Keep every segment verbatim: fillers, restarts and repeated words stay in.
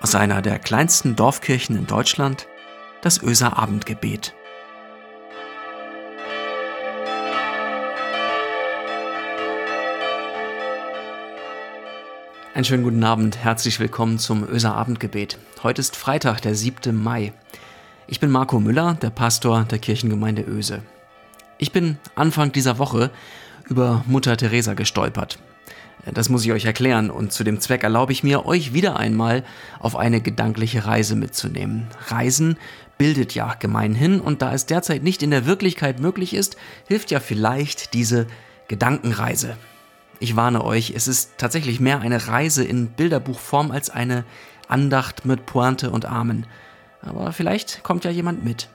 aus einer der kleinsten Dorfkirchen in Deutschland, das Oeser Abendgebet. Einen schönen guten Abend, herzlich willkommen zum Oeser Abendgebet. Heute ist Freitag, der siebte Mai. Ich bin Marco Müller, der Pastor der Kirchengemeinde Oese. Ich bin Anfang dieser Woche über Mutter Teresa gestolpert. Das muss ich euch erklären und zu dem Zweck erlaube ich mir, euch wieder einmal auf eine gedankliche Reise mitzunehmen. Reisen bildet ja gemeinhin und da es derzeit nicht in der Wirklichkeit möglich ist, hilft ja vielleicht diese Gedankenreise. Ich warne euch, es ist tatsächlich mehr eine Reise in Bilderbuchform als eine Andacht mit Pointe und Amen. Aber vielleicht kommt ja jemand mit.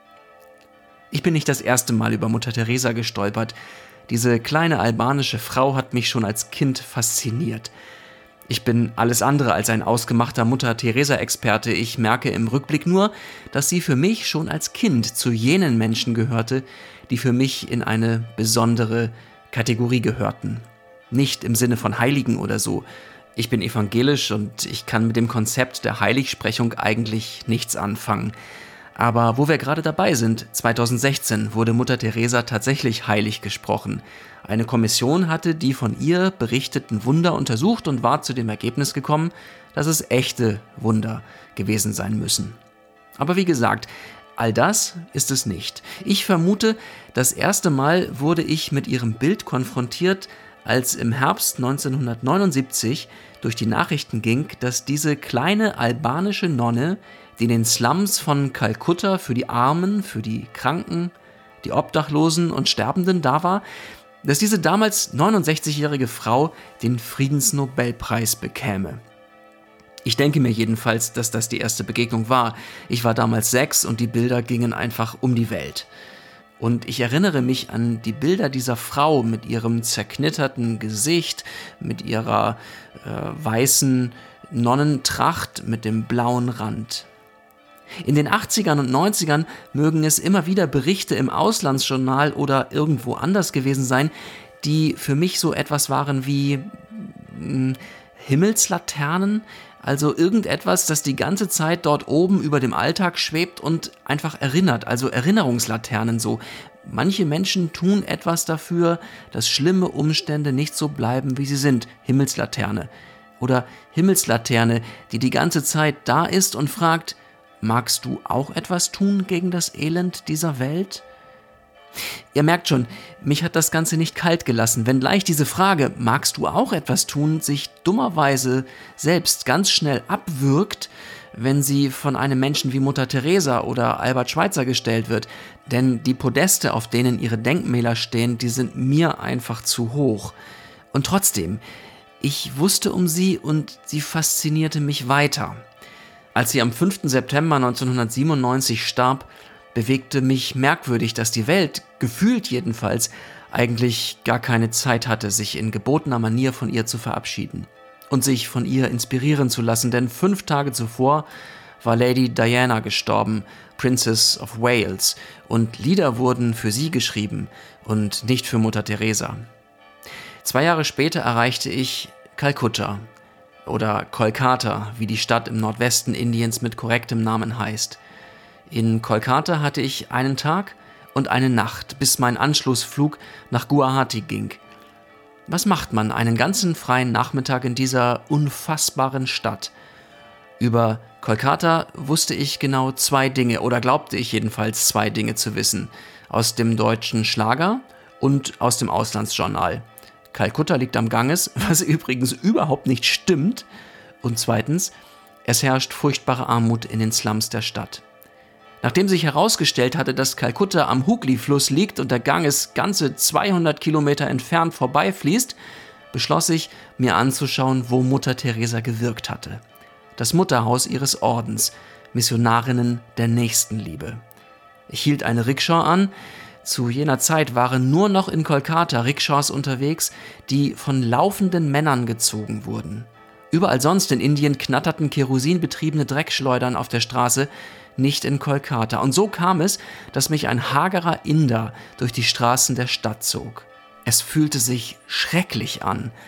Ich bin nicht das erste Mal über Mutter Teresa gestolpert. Diese kleine albanische Frau hat mich schon als Kind fasziniert. Ich bin alles andere als ein ausgemachter Mutter Teresa-Experte. Ich merke im Rückblick nur, dass sie für mich schon als Kind zu jenen Menschen gehörte, die für mich in eine besondere Kategorie gehörten. Nicht im Sinne von Heiligen oder so. Ich bin evangelisch und ich kann mit dem Konzept der Heiligsprechung eigentlich nichts anfangen. Aber wo wir gerade dabei sind, zweitausendsechzehn wurde Mutter Teresa tatsächlich heilig gesprochen. Eine Kommission hatte die von ihr berichteten Wunder untersucht und war zu dem Ergebnis gekommen, dass es echte Wunder gewesen sein müssen. Aber wie gesagt, all das ist es nicht. Ich vermute, das erste Mal wurde ich mit ihrem Bild konfrontiert, als im Herbst neunzehnhundertneunundsiebzig durch die Nachrichten ging, dass diese kleine albanische Nonne, die in den Slums von Kalkutta für die Armen, für die Kranken, die Obdachlosen und Sterbenden da war, dass diese damals neunundsechzigjährige Frau den Friedensnobelpreis bekäme. Ich denke mir jedenfalls, dass das die erste Begegnung war. Ich war damals sechs und die Bilder gingen einfach um die Welt. Und ich erinnere mich an die Bilder dieser Frau mit ihrem zerknitterten Gesicht, mit ihrer äh, weißen Nonnentracht mit dem blauen Rand. In den achtzigern und neunzigern mögen es immer wieder Berichte im Auslandsjournal oder irgendwo anders gewesen sein, die für mich so etwas waren wie mh, Himmelslaternen, also irgendetwas, das die ganze Zeit dort oben über dem Alltag schwebt und einfach erinnert, also Erinnerungslaternen so. Manche Menschen tun etwas dafür, dass schlimme Umstände nicht so bleiben, wie sie sind. Himmelslaterne. Oder Himmelslaterne, die die ganze Zeit da ist und fragt, magst du auch etwas tun gegen das Elend dieser Welt? Ihr merkt schon, mich hat das Ganze nicht kalt gelassen, wenngleich diese Frage, magst du auch etwas tun, sich dummerweise selbst ganz schnell abwürgt, wenn sie von einem Menschen wie Mutter Teresa oder Albert Schweitzer gestellt wird. Denn die Podeste, auf denen ihre Denkmäler stehen, die sind mir einfach zu hoch. Und trotzdem, ich wusste um sie und sie faszinierte mich weiter. Als sie am fünften September neunzehnhundertsiebenundneunzig starb, bewegte mich merkwürdig, dass die Welt, gefühlt jedenfalls, eigentlich gar keine Zeit hatte, sich in gebotener Manier von ihr zu verabschieden und sich von ihr inspirieren zu lassen, denn fünf Tage zuvor war Lady Diana gestorben, Princess of Wales, und Lieder wurden für sie geschrieben und nicht für Mutter Teresa. Zwei Jahre später erreichte ich Kalkutta oder Kolkata, wie die Stadt im Nordwesten Indiens mit korrektem Namen heißt. In Kolkata hatte ich einen Tag und eine Nacht, bis mein Anschlussflug nach Guwahati ging. Was macht man einen ganzen freien Nachmittag in dieser unfassbaren Stadt? Über Kolkata wusste ich genau zwei Dinge, oder glaubte ich jedenfalls zwei Dinge zu wissen. Aus dem deutschen Schlager und aus dem Auslandsjournal. Kalkutta liegt am Ganges, was übrigens überhaupt nicht stimmt. Und zweitens, es herrscht furchtbare Armut in den Slums der Stadt. Nachdem sich herausgestellt hatte, dass Kalkutta am Hooghly-Fluss liegt und der Ganges ganze zweihundert Kilometer entfernt vorbeifließt, beschloss ich, mir anzuschauen, wo Mutter Teresa gewirkt hatte. Das Mutterhaus ihres Ordens, Missionarinnen der Nächstenliebe. Ich hielt eine Rikscha an. Zu jener Zeit waren nur noch in Kolkata Rikschas unterwegs, die von laufenden Männern gezogen wurden. Überall sonst in Indien knatterten kerosinbetriebene Dreckschleudern auf der Straße, nicht in Kolkata. Und so kam es, dass mich ein hagerer Inder durch die Straßen der Stadt zog. Es fühlte sich schrecklich an.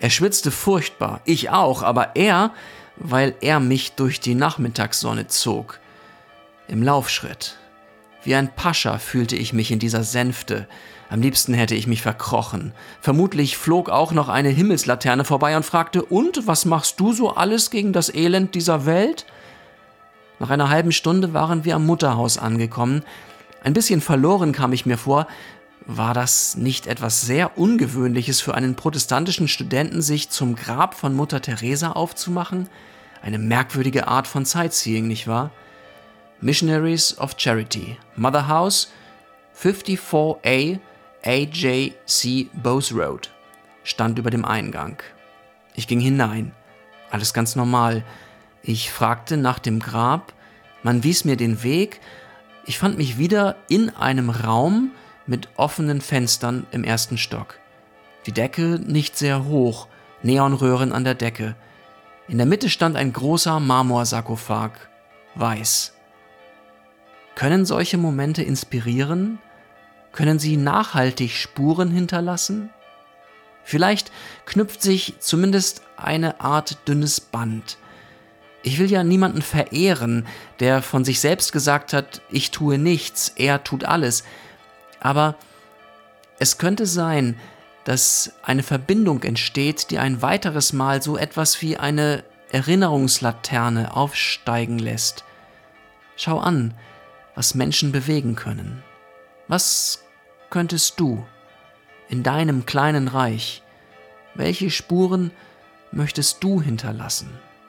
Er schwitzte furchtbar, ich auch, aber er, weil er mich durch die Nachmittagssonne zog. Im Laufschritt. Wie ein Pascha fühlte ich mich in dieser Sänfte. Am liebsten hätte ich mich verkrochen. Vermutlich flog auch noch eine Himmelslaterne vorbei und fragte, und, was machst du so alles gegen das Elend dieser Welt? Nach einer halben Stunde waren wir am Mutterhaus angekommen. Ein bisschen verloren kam ich mir vor. War das nicht etwas sehr Ungewöhnliches für einen protestantischen Studenten, sich zum Grab von Mutter Teresa aufzumachen? Eine merkwürdige Art von Sightseeing, nicht wahr? Missionaries of Charity, Mother House, fünfundfünfzig A A J C Bose Road, stand über dem Eingang. Ich ging hinein. Alles ganz normal. Ich fragte nach dem Grab. Man wies mir den Weg. Ich fand mich wieder in einem Raum mit offenen Fenstern im ersten Stock. Die Decke nicht sehr hoch, Neonröhren an der Decke. In der Mitte stand ein großer Marmorsarkophag, weiß. Können solche Momente inspirieren? Können sie nachhaltig Spuren hinterlassen? Vielleicht knüpft sich zumindest eine Art dünnes Band. Ich will ja niemanden verehren, der von sich selbst gesagt hat, ich tue nichts, er tut alles. Aber es könnte sein, dass eine Verbindung entsteht, die ein weiteres Mal so etwas wie eine Erinnerungslaterne aufsteigen lässt. Schau an, was Menschen bewegen können. Was könntest du in deinem kleinen Reich, welche Spuren möchtest du hinterlassen?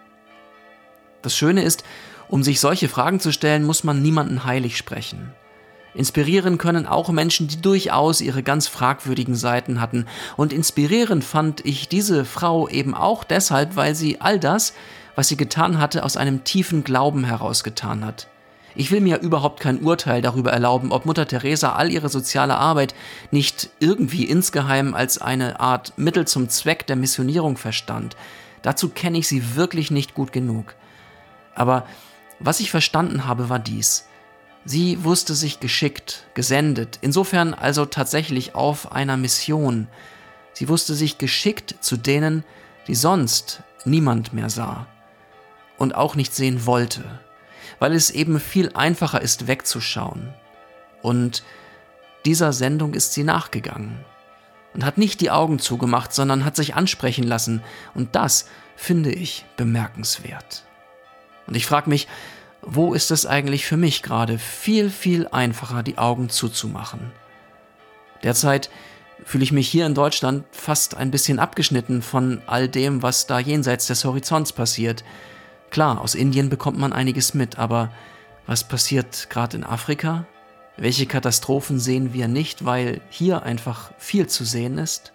Das Schöne ist, um sich solche Fragen zu stellen, muss man niemanden heilig sprechen. Inspirieren können auch Menschen, die durchaus ihre ganz fragwürdigen Seiten hatten. Und inspirierend fand ich diese Frau eben auch deshalb, weil sie all das, was sie getan hatte, aus einem tiefen Glauben heraus getan hat. Ich will mir überhaupt kein Urteil darüber erlauben, ob Mutter Teresa all ihre soziale Arbeit nicht irgendwie insgeheim als eine Art Mittel zum Zweck der Missionierung verstand. Dazu kenne ich sie wirklich nicht gut genug. Aber was ich verstanden habe, war dies. Sie wusste sich geschickt, gesendet, insofern also tatsächlich auf einer Mission. Sie wusste sich geschickt zu denen, die sonst niemand mehr sah und auch nicht sehen wollte, weil es eben viel einfacher ist, wegzuschauen. Und dieser Sendung ist sie nachgegangen und hat nicht die Augen zugemacht, sondern hat sich ansprechen lassen. Und das finde ich bemerkenswert. Und ich frage mich, wo ist es eigentlich für mich gerade viel, viel einfacher, die Augen zuzumachen? Derzeit fühle ich mich hier in Deutschland fast ein bisschen abgeschnitten von all dem, was da jenseits des Horizonts passiert. Klar, aus Indien bekommt man einiges mit, aber was passiert gerade in Afrika? Welche Katastrophen sehen wir nicht, weil hier einfach viel zu sehen ist?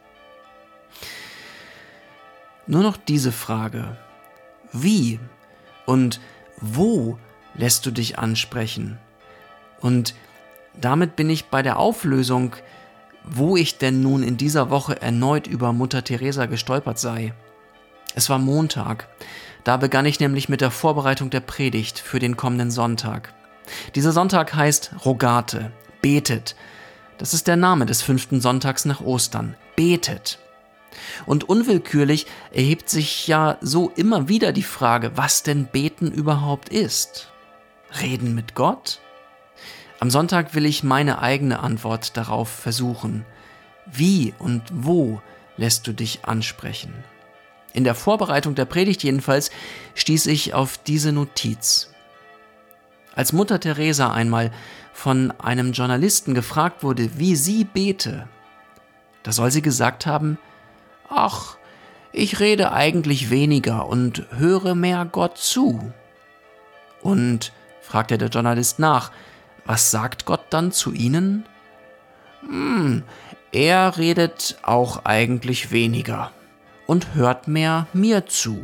Nur noch diese Frage. Wie und wo lässt du dich ansprechen? Und damit bin ich bei der Auflösung, wo ich denn nun in dieser Woche erneut über Mutter Teresa gestolpert sei. Es war Montag. Da begann ich nämlich mit der Vorbereitung der Predigt für den kommenden Sonntag. Dieser Sonntag heißt Rogate, betet. Das ist der Name des fünften Sonntags nach Ostern. Betet. Und unwillkürlich erhebt sich ja so immer wieder die Frage, was denn Beten überhaupt ist. Reden mit Gott? Am Sonntag will ich meine eigene Antwort darauf versuchen. Wie und wo lässt du dich ansprechen? In der Vorbereitung der Predigt jedenfalls stieß ich auf diese Notiz. Als Mutter Teresa einmal von einem Journalisten gefragt wurde, wie sie bete, da soll sie gesagt haben, ach, ich rede eigentlich weniger und höre mehr Gott zu. Und fragte der Journalist nach, was sagt Gott dann zu Ihnen? Hm, er redet auch eigentlich weniger und hört mehr mir zu.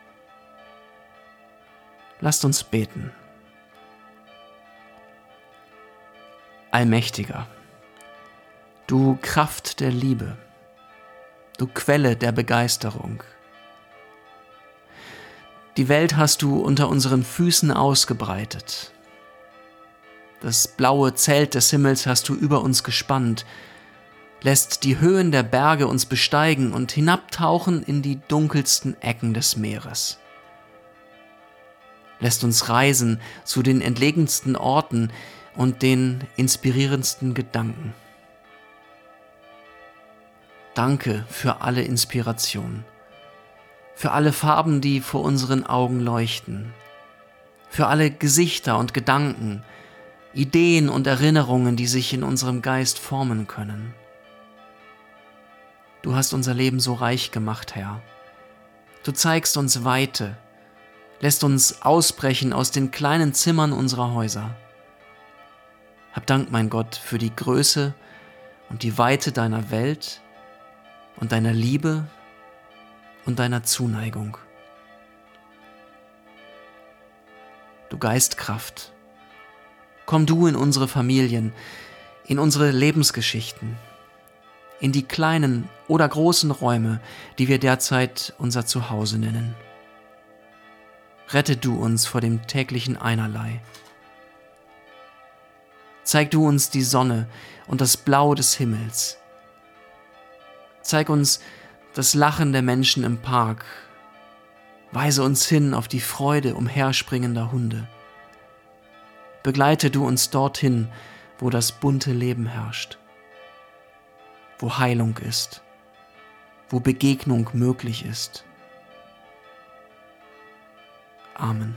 Lasst uns beten. Allmächtiger, du Kraft der Liebe, du Quelle der Begeisterung. Die Welt hast du unter unseren Füßen ausgebreitet. Das blaue Zelt des Himmels hast du über uns gespannt. lässt die Höhen der Berge uns besteigen und hinabtauchen in die dunkelsten Ecken des Meeres. Lässt uns reisen zu den entlegensten Orten und den inspirierendsten Gedanken. Danke für alle Inspirationen, für alle Farben, die vor unseren Augen leuchten, für alle Gesichter und Gedanken, Ideen und Erinnerungen, die sich in unserem Geist formen können. Du hast unser Leben so reich gemacht, Herr. Du zeigst uns Weite, lässt uns ausbrechen aus den kleinen Zimmern unserer Häuser. Hab Dank, mein Gott, für die Größe und die Weite deiner Welt und deiner Liebe und deiner Zuneigung. Du Geistkraft, komm du in unsere Familien, in unsere Lebensgeschichten, in die kleinen oder großen Räume, die wir derzeit unser Zuhause nennen. Rette du uns vor dem täglichen Einerlei. Zeig du uns die Sonne und das Blau des Himmels. Zeig uns das Lachen der Menschen im Park. Weise uns hin auf die Freude umherspringender Hunde. Begleite du uns dorthin, wo das bunte Leben herrscht, wo Heilung ist, wo Begegnung möglich ist. Amen.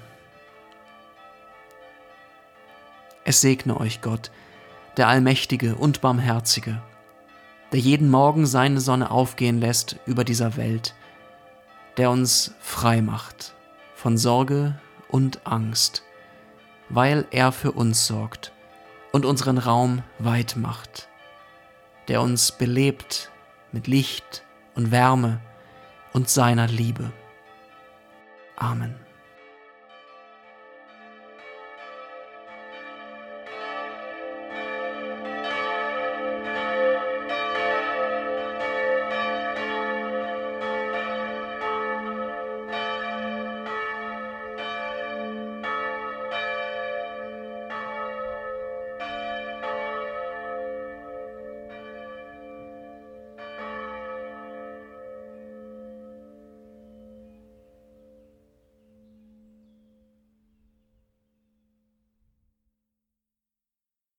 Es segne euch Gott, der Allmächtige und Barmherzige, der jeden Morgen seine Sonne aufgehen lässt über dieser Welt, der uns frei macht von Sorge und Angst, weil er für uns sorgt und unseren Raum weit macht, der uns belebt mit Licht und Wärme und seiner Liebe. Amen.